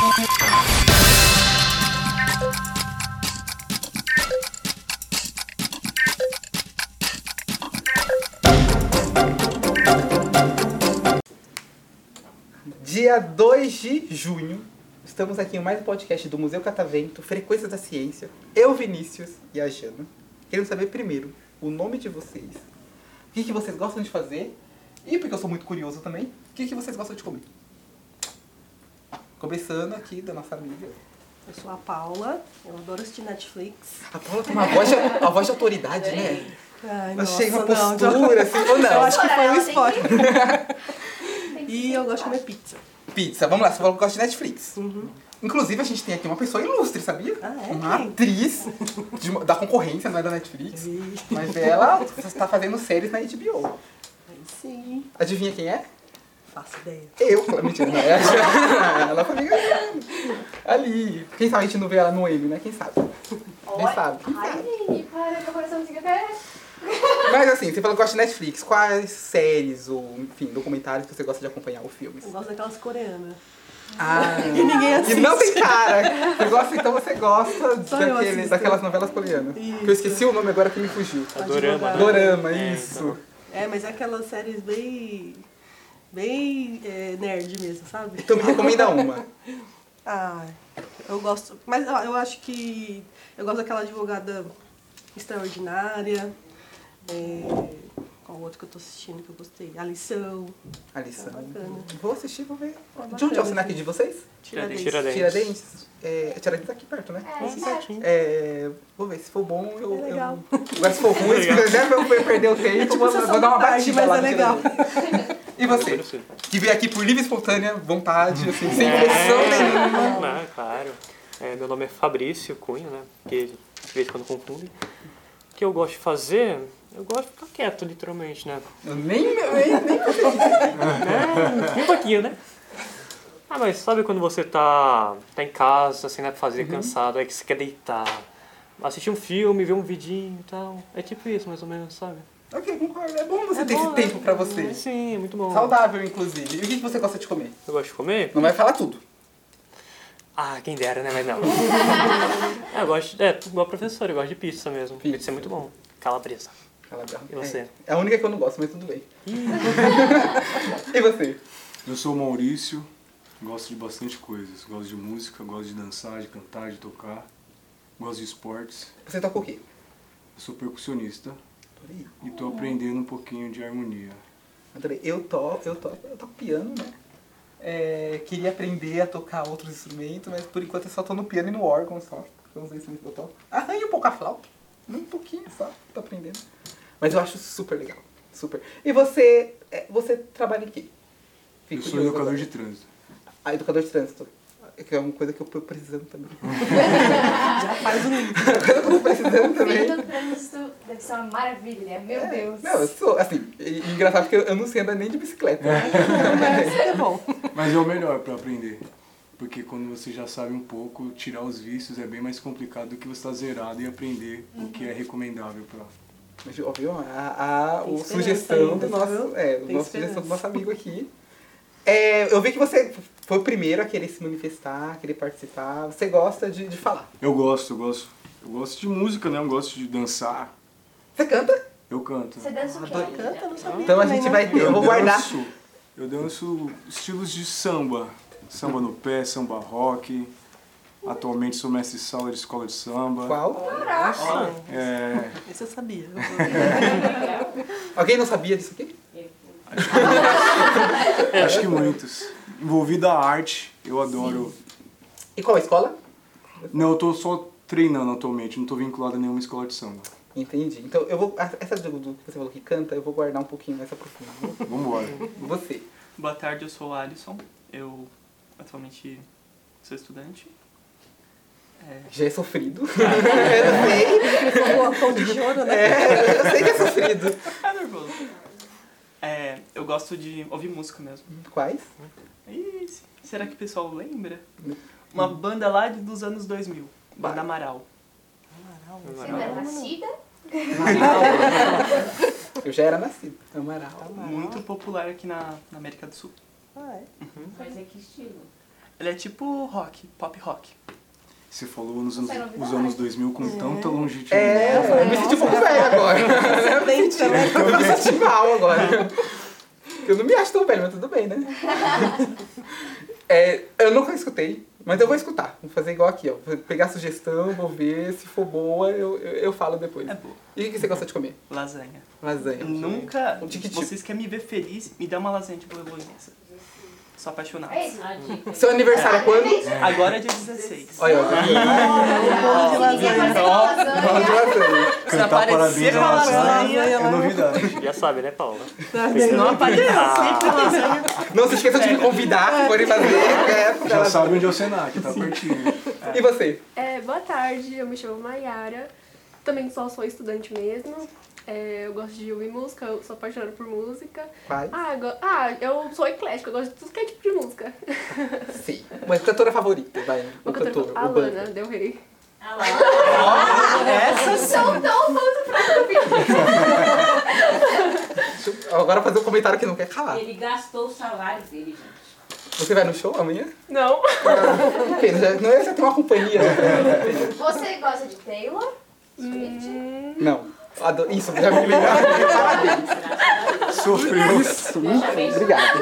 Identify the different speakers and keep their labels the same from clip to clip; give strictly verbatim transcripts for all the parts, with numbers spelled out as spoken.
Speaker 1: Dia dois de junho, estamos aqui em mais um podcast do Museu Catavento, Frequências da Ciência. Eu, Vinícius e a Jana. Queremos saber primeiro o nome de vocês, o que, que vocês gostam de fazer e, porque eu sou muito curioso também, o que, que vocês gostam de comer. Começando aqui da nossa amiga.
Speaker 2: Eu sou a Paula, eu adoro assistir Netflix.
Speaker 1: A Paula tem uma voz de, uma voz de autoridade, né?
Speaker 2: Ai,
Speaker 1: Achei uma
Speaker 2: nossa,
Speaker 1: postura,
Speaker 2: não,
Speaker 1: assim, ou não?
Speaker 2: Eu acho que foi um spoiler. E eu gosto de comer pizza.
Speaker 1: Pizza, vamos lá, você falou que gosta de Netflix.
Speaker 2: Uhum.
Speaker 1: Inclusive, a gente tem aqui uma pessoa ilustre, sabia?
Speaker 2: Ah, é?
Speaker 1: Uma
Speaker 2: Quem?
Speaker 1: atriz de uma- da concorrência, não é da Netflix.
Speaker 2: Ih.
Speaker 1: Mas ela está fazendo séries na H B O.
Speaker 2: Aí sim,
Speaker 1: Adivinha quem é?
Speaker 2: faço ideia.
Speaker 1: Eu. Mentira, não é? Ela foi amiga ali. Quem sabe a gente não vê ela no M, né? Quem sabe? Quem sabe? Quem
Speaker 3: Ai,
Speaker 1: sabe?
Speaker 3: Vini, para, meu coraçãozinho até...
Speaker 1: Mas assim, você falou que gosta de Netflix. Quais séries ou, enfim, documentários que você gosta de acompanhar ou filmes?
Speaker 2: Eu gosto daquelas coreanas.
Speaker 1: Ah,
Speaker 2: E ninguém assiste.
Speaker 1: e não tem cara. Você gosta, então você gosta
Speaker 2: Só eu
Speaker 1: daquele,
Speaker 2: assisto.
Speaker 1: daquelas novelas coreanas.
Speaker 2: Isso.
Speaker 1: Que eu esqueci o nome agora que me fugiu.
Speaker 4: Dorama, né?
Speaker 1: Dorama,
Speaker 4: É,
Speaker 1: isso.
Speaker 2: É, mas é aquelas séries bem... Bem é, nerd mesmo, sabe?
Speaker 1: Então me recomenda uma.
Speaker 2: Ah, eu gosto... Mas ó, eu acho que... Eu gosto daquela advogada extraordinária. É, qual outro que eu tô assistindo que eu gostei? A Lição.
Speaker 1: A lição.
Speaker 2: Tá bacana.
Speaker 1: Vou assistir, vou ver.
Speaker 2: Tá
Speaker 1: De onde é o
Speaker 2: bacana,
Speaker 1: Senac
Speaker 2: sim.
Speaker 1: de vocês?
Speaker 2: Tiradentes.
Speaker 4: Tiradentes.
Speaker 1: Tiradentes. É, Tiradentes tá aqui perto, né?
Speaker 3: É, certo.
Speaker 1: É, vou ver, se for bom, eu...
Speaker 2: É legal.
Speaker 1: eu... Agora, se for ruim, se quiser eu perder o tempo, vou,
Speaker 2: sessão
Speaker 1: vou dar uma
Speaker 2: da tarde,
Speaker 1: batida
Speaker 2: mas
Speaker 1: lá
Speaker 2: é
Speaker 1: no
Speaker 2: legal.
Speaker 1: Tiradentes. E você? Que veio aqui por livre e espontânea vontade, assim, sem
Speaker 4: É.
Speaker 1: pressão nenhuma.
Speaker 4: Ah, claro. É, meu nome é Fabrício Cunha, né? Porque de vez em quando confundem. O que eu gosto de fazer, eu gosto de ficar quieto, literalmente, né?
Speaker 1: Eu nem... nem, nem...
Speaker 4: É, um pouquinho, né? Ah, mas sabe quando você tá, tá em casa, sem nada pra fazer, cansado, aí que você quer deitar, assistir um filme, ver um vidinho e tal. É tipo isso, mais ou menos, sabe?
Speaker 1: Ok, concordo. É bom você
Speaker 4: É
Speaker 1: ter
Speaker 4: bom,
Speaker 1: esse
Speaker 4: né?
Speaker 1: tempo pra você.
Speaker 4: Sim, é muito bom.
Speaker 1: Saudável, inclusive. E o que que você gosta de comer?
Speaker 4: Eu gosto de comer?
Speaker 1: Não vai falar tudo.
Speaker 4: Ah, quem dera, né? Mas não. É, eu gosto de, é, igual a professora, eu gosto de pizza mesmo.
Speaker 1: Pizza.
Speaker 4: Pizza é muito bom. Calabresa.
Speaker 1: Calabresa.
Speaker 4: E você?
Speaker 1: É, é a única que eu não gosto, mas tudo bem. E você?
Speaker 5: Eu sou o Maurício, gosto de bastante coisas. Gosto de música, gosto de dançar, de cantar, de tocar. Gosto de esportes.
Speaker 1: Você toca o quê?
Speaker 5: Eu sou percussionista
Speaker 1: Adorei.
Speaker 5: e estou aprendendo um pouquinho de harmonia.
Speaker 1: Adorei. Eu toco, eu toco, eu toco piano, né? É, queria aprender a tocar outros instrumentos, mas por enquanto eu só tô no piano e no órgão só. São os instrumentos que eu toco. Arranho um pouco a flauta. Um pouquinho só, tô aprendendo. Mas eu acho super legal. Super. E você, é, você trabalha em quê?
Speaker 5: Eu
Speaker 1: Fico
Speaker 5: sou
Speaker 1: curioso
Speaker 5: educador
Speaker 1: agora.
Speaker 5: de trânsito.
Speaker 1: Ah, educador de trânsito. Que é uma coisa que eu tô precisando também.
Speaker 2: Já faz um...
Speaker 1: eu tô precisando também.
Speaker 3: Filho do trânsito deve ser uma maravilha, meu Deus.
Speaker 1: Não, eu sou, assim, e- e engraçado porque eu, eu não sei andar nem de bicicleta.
Speaker 2: Mas é bom.
Speaker 5: Mas é o melhor para aprender. Porque quando você já sabe um pouco, tirar os vícios é bem mais complicado do que você estar zerado e aprender o que é recomendável para...
Speaker 1: Mas, ó, viu? A, a
Speaker 2: Tem
Speaker 1: o
Speaker 2: esperança
Speaker 1: sugestão
Speaker 2: ainda,
Speaker 1: do nosso,
Speaker 2: viu?
Speaker 1: é, o
Speaker 2: Tem
Speaker 1: nosso sugestão
Speaker 2: esperança.
Speaker 1: do nosso amigo aqui. É, eu vi que você foi o primeiro a querer se manifestar, a querer participar. Você gosta de, de falar.
Speaker 5: Eu gosto, eu gosto. Eu gosto de música, né? Eu gosto de dançar.
Speaker 1: Você canta?
Speaker 5: Eu canto.
Speaker 3: Você dança o quê?
Speaker 1: Adoro.
Speaker 2: Canta, não sabia
Speaker 1: Então a
Speaker 2: também,
Speaker 1: gente
Speaker 2: né?
Speaker 1: vai ter, eu vou guardar.
Speaker 5: danço, eu danço estilos de samba. Samba no pé, samba rock. Atualmente sou mestre de sala de escola de samba.
Speaker 1: Qual?
Speaker 5: É,
Speaker 2: Esse eu sabia.
Speaker 1: Alguém não sabia disso aqui?
Speaker 5: acho que muitos. Envolvido a arte, eu adoro.
Speaker 1: E qual a escola?
Speaker 5: Não, eu tô só treinando atualmente, não tô vinculado a nenhuma escola de samba.
Speaker 1: Entendi. Então eu vou. Essa do, do que você falou que canta, eu vou guardar um pouquinho mais aprofundado.
Speaker 5: Vambora.
Speaker 1: Você.
Speaker 6: Boa tarde, eu sou o Alisson. Eu atualmente sou estudante. É,
Speaker 1: Já é sofrido. eu sei.
Speaker 2: Um pão de choro, né?
Speaker 1: É, eu sei que é sofrido.
Speaker 6: é nervoso. É, eu gosto de ouvir música mesmo.
Speaker 1: Quais?
Speaker 6: E será que o pessoal lembra? Uma banda lá de- dos anos dois mil. Banda
Speaker 1: Vai.
Speaker 6: Amaral.
Speaker 3: Você não era nascida?
Speaker 1: Eu já era nascido. Amaral.
Speaker 6: Muito popular aqui na, na América do Sul.
Speaker 2: Ah, é?
Speaker 3: Mas é que estilo?
Speaker 6: Ele é tipo rock, pop rock.
Speaker 5: Você falou nos anos,
Speaker 3: Isso é novidade.
Speaker 5: os anos dois mil com tanta
Speaker 1: É,
Speaker 5: longevidade.
Speaker 1: eu me senti um pouco velho agora. Eu me senti, eu me senti mal agora. Eu não me acho tão velho, mas tudo bem, né? É, eu nunca escutei, mas eu vou escutar. Vou fazer igual aqui, ó. Vou pegar a sugestão, vou ver. Se for boa, eu, eu, eu falo depois.
Speaker 6: É boa.
Speaker 1: E o que você gosta de comer?
Speaker 6: Lasanha.
Speaker 1: Lasanha.
Speaker 6: Eu nunca...
Speaker 1: Um tique-tique.
Speaker 6: Vocês querem me ver feliz, me dá uma lasanha de bolonhesa. Sou apaixonado.
Speaker 3: É isso.
Speaker 1: Seu aniversário é quando?
Speaker 6: Agora é dia dezesseis.
Speaker 1: Olha, ó.
Speaker 3: Ninguém vai fazer lasanha.
Speaker 1: Bolo de lasanha.
Speaker 6: Se
Speaker 5: Cantar
Speaker 6: aparecer
Speaker 5: parabéns
Speaker 6: com
Speaker 5: à
Speaker 6: a
Speaker 5: lasanha
Speaker 6: lasanha...
Speaker 5: é novidade.
Speaker 4: Já sabe, né, Paula?
Speaker 6: Se não aparecer sempre lasanha...
Speaker 1: Não se esqueça de me convidar, se forem fazer. É,
Speaker 5: Já sabe onde é o Senac, tá pertinho.
Speaker 1: E você?
Speaker 7: É, boa tarde, eu me chamo Mayara. Também só sou estudante mesmo. É, eu gosto de ouvir música, eu sou apaixonada por música.
Speaker 1: Quais?
Speaker 7: Ah, go- ah, eu sou eclética, eu gosto de tudo que é tipo de música.
Speaker 1: Sim. Uma cantora favorita, vai.
Speaker 7: Uma
Speaker 1: O
Speaker 7: cantora,
Speaker 1: cantor,
Speaker 7: a
Speaker 1: o banda.
Speaker 7: Lana Del Rey.
Speaker 6: Essa
Speaker 3: São tão famosos pra ouvir.
Speaker 1: Agora fazer um comentário que não quer calar.
Speaker 8: Ele gastou o salário dele, gente.
Speaker 1: Você vai no show amanhã?
Speaker 7: Não.
Speaker 1: Pena, já- não é já ter uma companhia. Né?
Speaker 3: Você gosta de Taylor?
Speaker 7: Hum,
Speaker 1: Não. Ado- Isso, já me lembraram. Parabéns.
Speaker 5: Sofreu.
Speaker 1: Obrigado.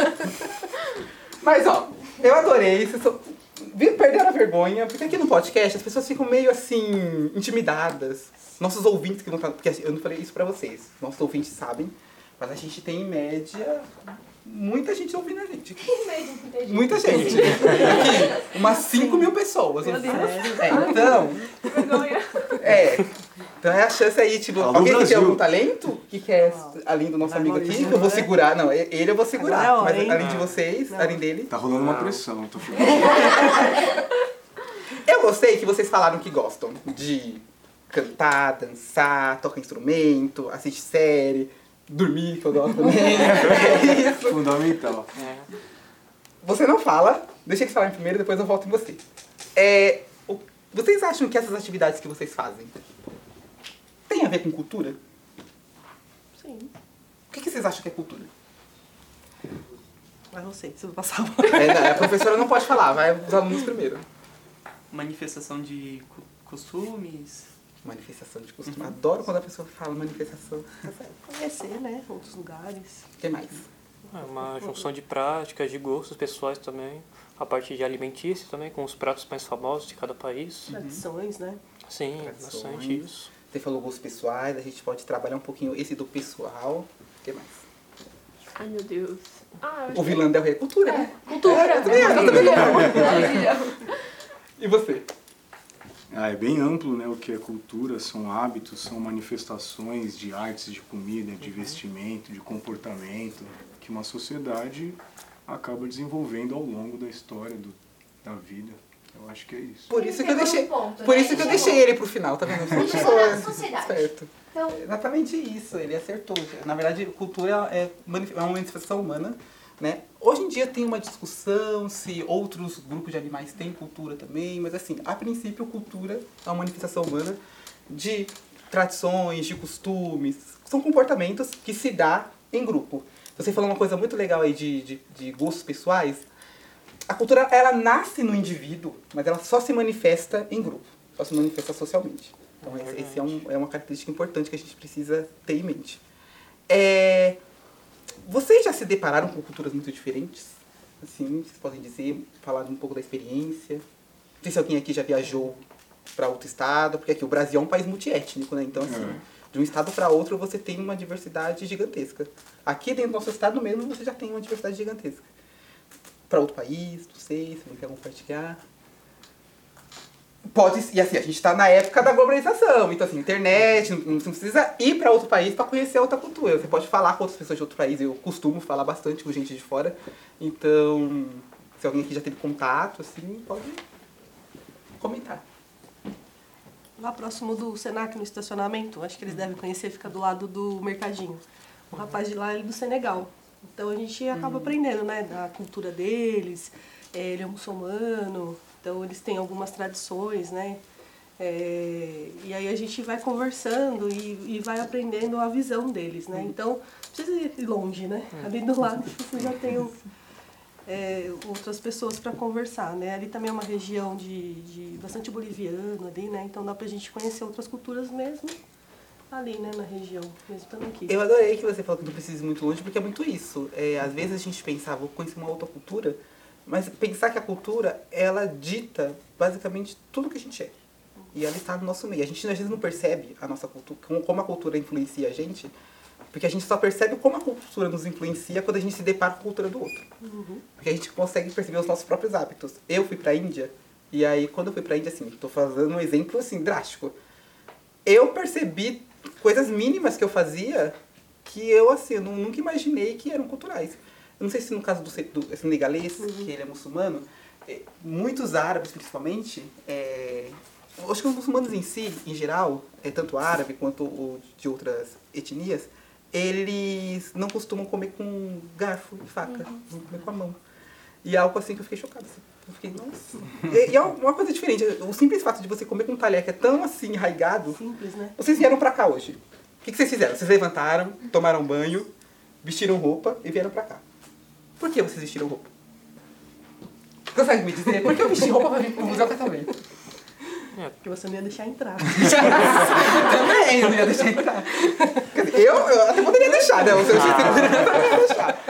Speaker 1: Mas, ó, eu adorei. Vocês são- vi- perderam a vergonha, porque aqui no podcast as pessoas ficam meio assim, intimidadas. Nossos ouvintes que vão estar. Porque assim, eu não falei isso pra vocês. Nossos ouvintes sabem, mas a gente tem em média muita gente ouvindo a gente. Muita gente. Aqui, umas cinco mil pessoas.
Speaker 2: Meu Deus.
Speaker 1: É, então. É. Então é a chance aí, tipo,
Speaker 5: Alô,
Speaker 1: alguém que tem
Speaker 5: Brasil.
Speaker 1: algum talento que quer, além do nosso
Speaker 2: Vai,
Speaker 1: amigo aqui,
Speaker 2: Maurício,
Speaker 1: que eu vou
Speaker 2: né?
Speaker 1: segurar. Não, ele eu vou segurar.
Speaker 2: Agora é a hora,
Speaker 1: mas
Speaker 2: hein?
Speaker 1: além de vocês,
Speaker 2: Não.
Speaker 1: além dele.
Speaker 5: Tá rolando uma pressão, tô ficando.
Speaker 1: Eu gostei que vocês falaram que gostam de cantar, dançar, tocar instrumento, assistir série, dormir, que eu gosto também. É isso.
Speaker 5: Fundamental.
Speaker 1: Você não fala, deixa eles falarem primeiro, depois eu volto em você. É, o- vocês acham que essas atividades que vocês fazem tem a ver com cultura?
Speaker 2: Sim.
Speaker 1: O que, que vocês acham que é cultura?
Speaker 2: Mas não sei, se eu vou passar a bola.
Speaker 1: É, não, a professora não pode falar, vai os alunos primeiro.
Speaker 6: Manifestação de co- costumes.
Speaker 1: Manifestação de costume. Adoro quando a pessoa fala manifestação.
Speaker 2: Conhecer, né? Outros lugares.
Speaker 1: O que mais?
Speaker 4: É uma junção de práticas, de gostos pessoais também. A parte de alimentícia também, com os pratos mais famosos de cada país.
Speaker 2: Tradições, né?
Speaker 4: Sim,
Speaker 1: Tradições.
Speaker 4: bastante isso.
Speaker 1: Você falou gostos pessoais, a gente pode trabalhar um pouquinho esse do pessoal. O que mais?
Speaker 7: ai, meu Deus. Ah, eu acho
Speaker 1: O vilão Del Rey é cultura, né?
Speaker 7: cultura.
Speaker 1: É, eu também acho, eu também amo.
Speaker 7: Religião.
Speaker 1: E você?
Speaker 5: Ah, é bem amplo, né? O que é cultura, são hábitos, são manifestações de artes, de comida, de vestimento, de comportamento, que uma sociedade acaba desenvolvendo ao longo da história do, da vida. Eu acho que é isso.
Speaker 1: Por isso que eu
Speaker 3: Pegou no
Speaker 1: deixei,
Speaker 3: ponto,
Speaker 1: por
Speaker 3: né?
Speaker 1: isso que eu
Speaker 3: Chegou.
Speaker 1: deixei ele pro final, tá vendo?
Speaker 3: Ele chegou na sociedade.
Speaker 1: Certo.
Speaker 3: Então,
Speaker 1: Exatamente isso, ele acertou. Na verdade, cultura é manif- é uma manifestação humana, né? Hoje em dia tem uma discussão se outros grupos de animais têm cultura também, mas assim, a princípio, cultura é uma manifestação humana de tradições, de costumes, são comportamentos que se dá em grupo. Você falou uma coisa muito legal aí de, de, de gostos pessoais. A cultura, ela nasce no indivíduo, mas ela só se manifesta em grupo, só se manifesta socialmente. Então, esse, esse é, um, é uma característica importante que a gente precisa ter em mente. É, vocês já se depararam com culturas muito diferentes? Assim, vocês podem dizer, falar um pouco da experiência? Não sei se alguém aqui já viajou para outro estado, porque aqui o Brasil é um país multiétnico, né? Então, assim,
Speaker 5: É.
Speaker 1: de um estado para outro você tem uma diversidade gigantesca. Aqui dentro do nosso estado mesmo você já tem uma diversidade gigantesca. Para outro país, não sei, se não quer compartilhar. Pode, e assim, a gente está na época da globalização, então assim, internet, não, não precisa ir para outro país para conhecer outra cultura. Você pode falar com outras pessoas de outro país, eu costumo falar bastante com gente de fora. Então, se alguém aqui já teve contato, assim, pode comentar.
Speaker 2: Lá próximo do Senac, no estacionamento, acho que eles devem conhecer, fica do lado do mercadinho. O rapaz de lá, ele é do Senegal. Então a gente acaba aprendendo, né, da cultura deles. É, ele é muçulmano, então eles têm algumas tradições, né? É, e aí a gente vai conversando e, e vai aprendendo a visão deles, né? Então, não precisa ir longe, né? Ali do lado você já tem um... é, outras pessoas para conversar, né? Ali também é uma região de, de bastante boliviano ali, né? Então dá pra gente conhecer outras culturas mesmo ali, né? Na região, mesmo estando aqui.
Speaker 1: Eu adorei que você falou que não precisa ir muito longe, porque é muito isso. É, às vezes a gente pensa, ah, vou conhecer uma outra cultura, mas pensar que a cultura, ela dita basicamente tudo que a gente é. E ela está no nosso meio. A gente às vezes não percebe a nossa cultura, como a cultura influencia a gente, porque a gente só percebe como a cultura nos influencia quando a gente se depara com a cultura do outro.
Speaker 2: Uhum.
Speaker 1: Porque a gente consegue perceber os nossos próprios hábitos. Eu fui pra Índia, e aí quando eu fui pra Índia, assim, tô fazendo um exemplo assim, drástico. Eu percebi coisas mínimas que eu fazia que eu, assim, eu não- nunca imaginei que eram culturais. Eu não sei se no caso do, se- do senegalês, que ele é muçulmano, eh, muitos árabes, principalmente, é, acho que os muçulmanos em si, em geral, é, tanto árabe quanto o de outras etnias, eles não costumam comer com garfo e faca, vão comer com a mão. E é algo assim que eu fiquei chocada. Assim. Eu fiquei, nossa. E, e é uma coisa diferente. O simples fato de você comer com um talher que é tão assim enraigado.
Speaker 2: Simples, né?
Speaker 1: Vocês vieram pra cá hoje. O que, que vocês fizeram? Vocês levantaram, tomaram banho, vestiram roupa e vieram pra cá. Por que vocês vestiram roupa? Consegue me dizer? Por que eu vesti roupa pra vir pro Museu Catavento?
Speaker 2: Porque você não ia deixar entrar.
Speaker 1: Também, eu não ia deixar entrar. Quer dizer, eu, eu até poderia deixar, né? O seu jeito eu ia deixar.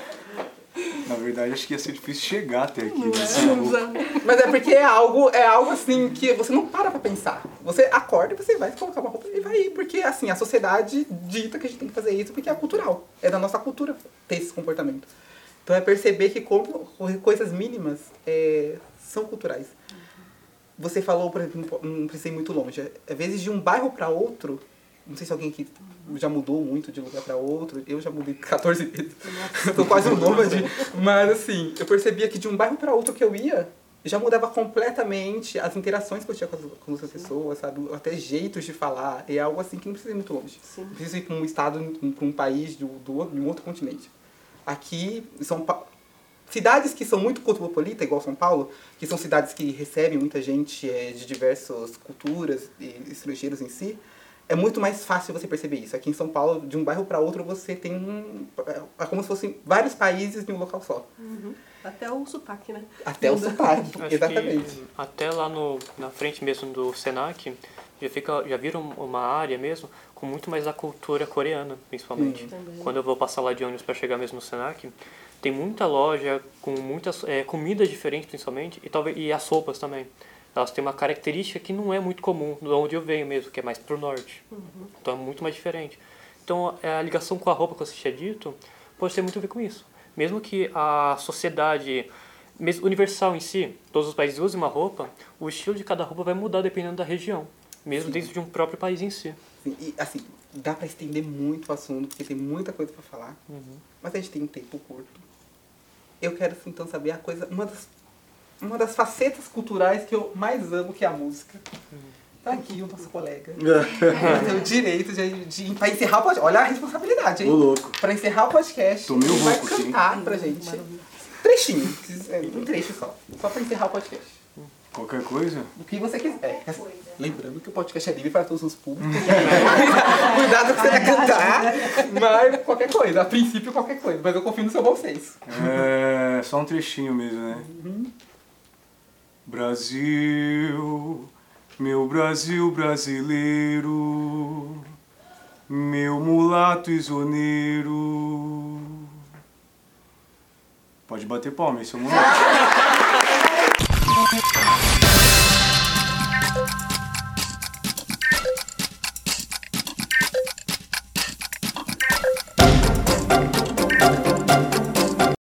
Speaker 5: Na verdade, acho que ia ser difícil chegar até aqui.
Speaker 2: Não
Speaker 5: né?
Speaker 2: é?
Speaker 5: Essa roupa.
Speaker 1: Mas é porque é algo, é algo assim que você não para pra pensar. Você acorda e você vai colocar uma roupa e vai ir. Porque assim, a sociedade dita que a gente tem que fazer isso porque é cultural. É da nossa cultura ter esse comportamento. Então é perceber que como coisas mínimas é, são culturais. Você falou, por exemplo, não precisei ir muito longe. Às vezes de um bairro pra outro, não sei se alguém aqui já mudou muito de lugar pra outro, eu já mudei quatorze vezes. Eu tô quase um nômade. Mas assim, eu percebia que de um bairro pra outro que eu ia, já mudava completamente as interações que eu tinha com as, com as pessoas, sabe? Até jeitos de falar. É algo assim que não precisa ir muito longe.
Speaker 2: Sim.
Speaker 1: Não precisa ir pra um estado, pra um país do, do outro, de um outro continente. Aqui, em São Paulo, cidades que são muito cosmopolitas, igual São Paulo, que são cidades que recebem muita gente é, de diversas culturas e estrangeiros em si, é muito mais fácil você perceber isso. Aqui em São Paulo, de um bairro para outro, você tem um... É como se fossem vários países em um local só.
Speaker 2: Uhum. Até o sotaque, né?
Speaker 1: Até o sotaque,
Speaker 4: Acho
Speaker 1: exatamente.
Speaker 4: que até lá no, na frente mesmo do Senac, já, fica, já viram uma área mesmo com muito mais da cultura coreana, principalmente.
Speaker 2: Também.
Speaker 4: Quando eu vou passar lá de ônibus para chegar mesmo no Senac, tem muita loja com muitas é, comidas diferentes, principalmente, e, talvez, e as roupas também. Elas têm uma característica que não é muito comum, de onde eu venho mesmo, que é mais pro norte.
Speaker 2: Uhum.
Speaker 4: Então é muito mais diferente. Então a ligação com a roupa que você tinha dito pode ter muito a ver com isso. Mesmo que a sociedade mesmo universal em si, todos os países usem uma roupa, o estilo de cada roupa vai mudar dependendo da região, mesmo
Speaker 1: Sim.
Speaker 4: dentro de um próprio país em si.
Speaker 1: Sim, e assim, dá pra estender muito o assunto, porque tem muita coisa pra falar,
Speaker 4: Uhum.
Speaker 1: mas a gente tem um tempo curto. Eu quero então saber a coisa, uma das, uma das facetas culturais que eu mais amo, que é a música. Tá aqui o nosso colega. Eu tenho o direito de, de pra encerrar o podcast. Olha a responsabilidade, hein?
Speaker 5: Ô, louco.
Speaker 1: Pra encerrar o podcast,
Speaker 5: Tô meio
Speaker 1: ele vai
Speaker 5: rouco, sim.
Speaker 1: cantar pra gente. Trechinho, é, um trecho só. Só pra encerrar o podcast.
Speaker 5: Qualquer coisa?
Speaker 1: O que você quiser. Lembrando que o podcast é livre para todos os públicos. Cuidado com o que você vai cantar, mas qualquer coisa. A princípio, qualquer coisa. Mas eu confio no seu bom senso.
Speaker 5: É só um trechinho mesmo, né? Brasil, meu Brasil brasileiro, meu mulato isoneiro. Pode bater palma, esse é o mulato.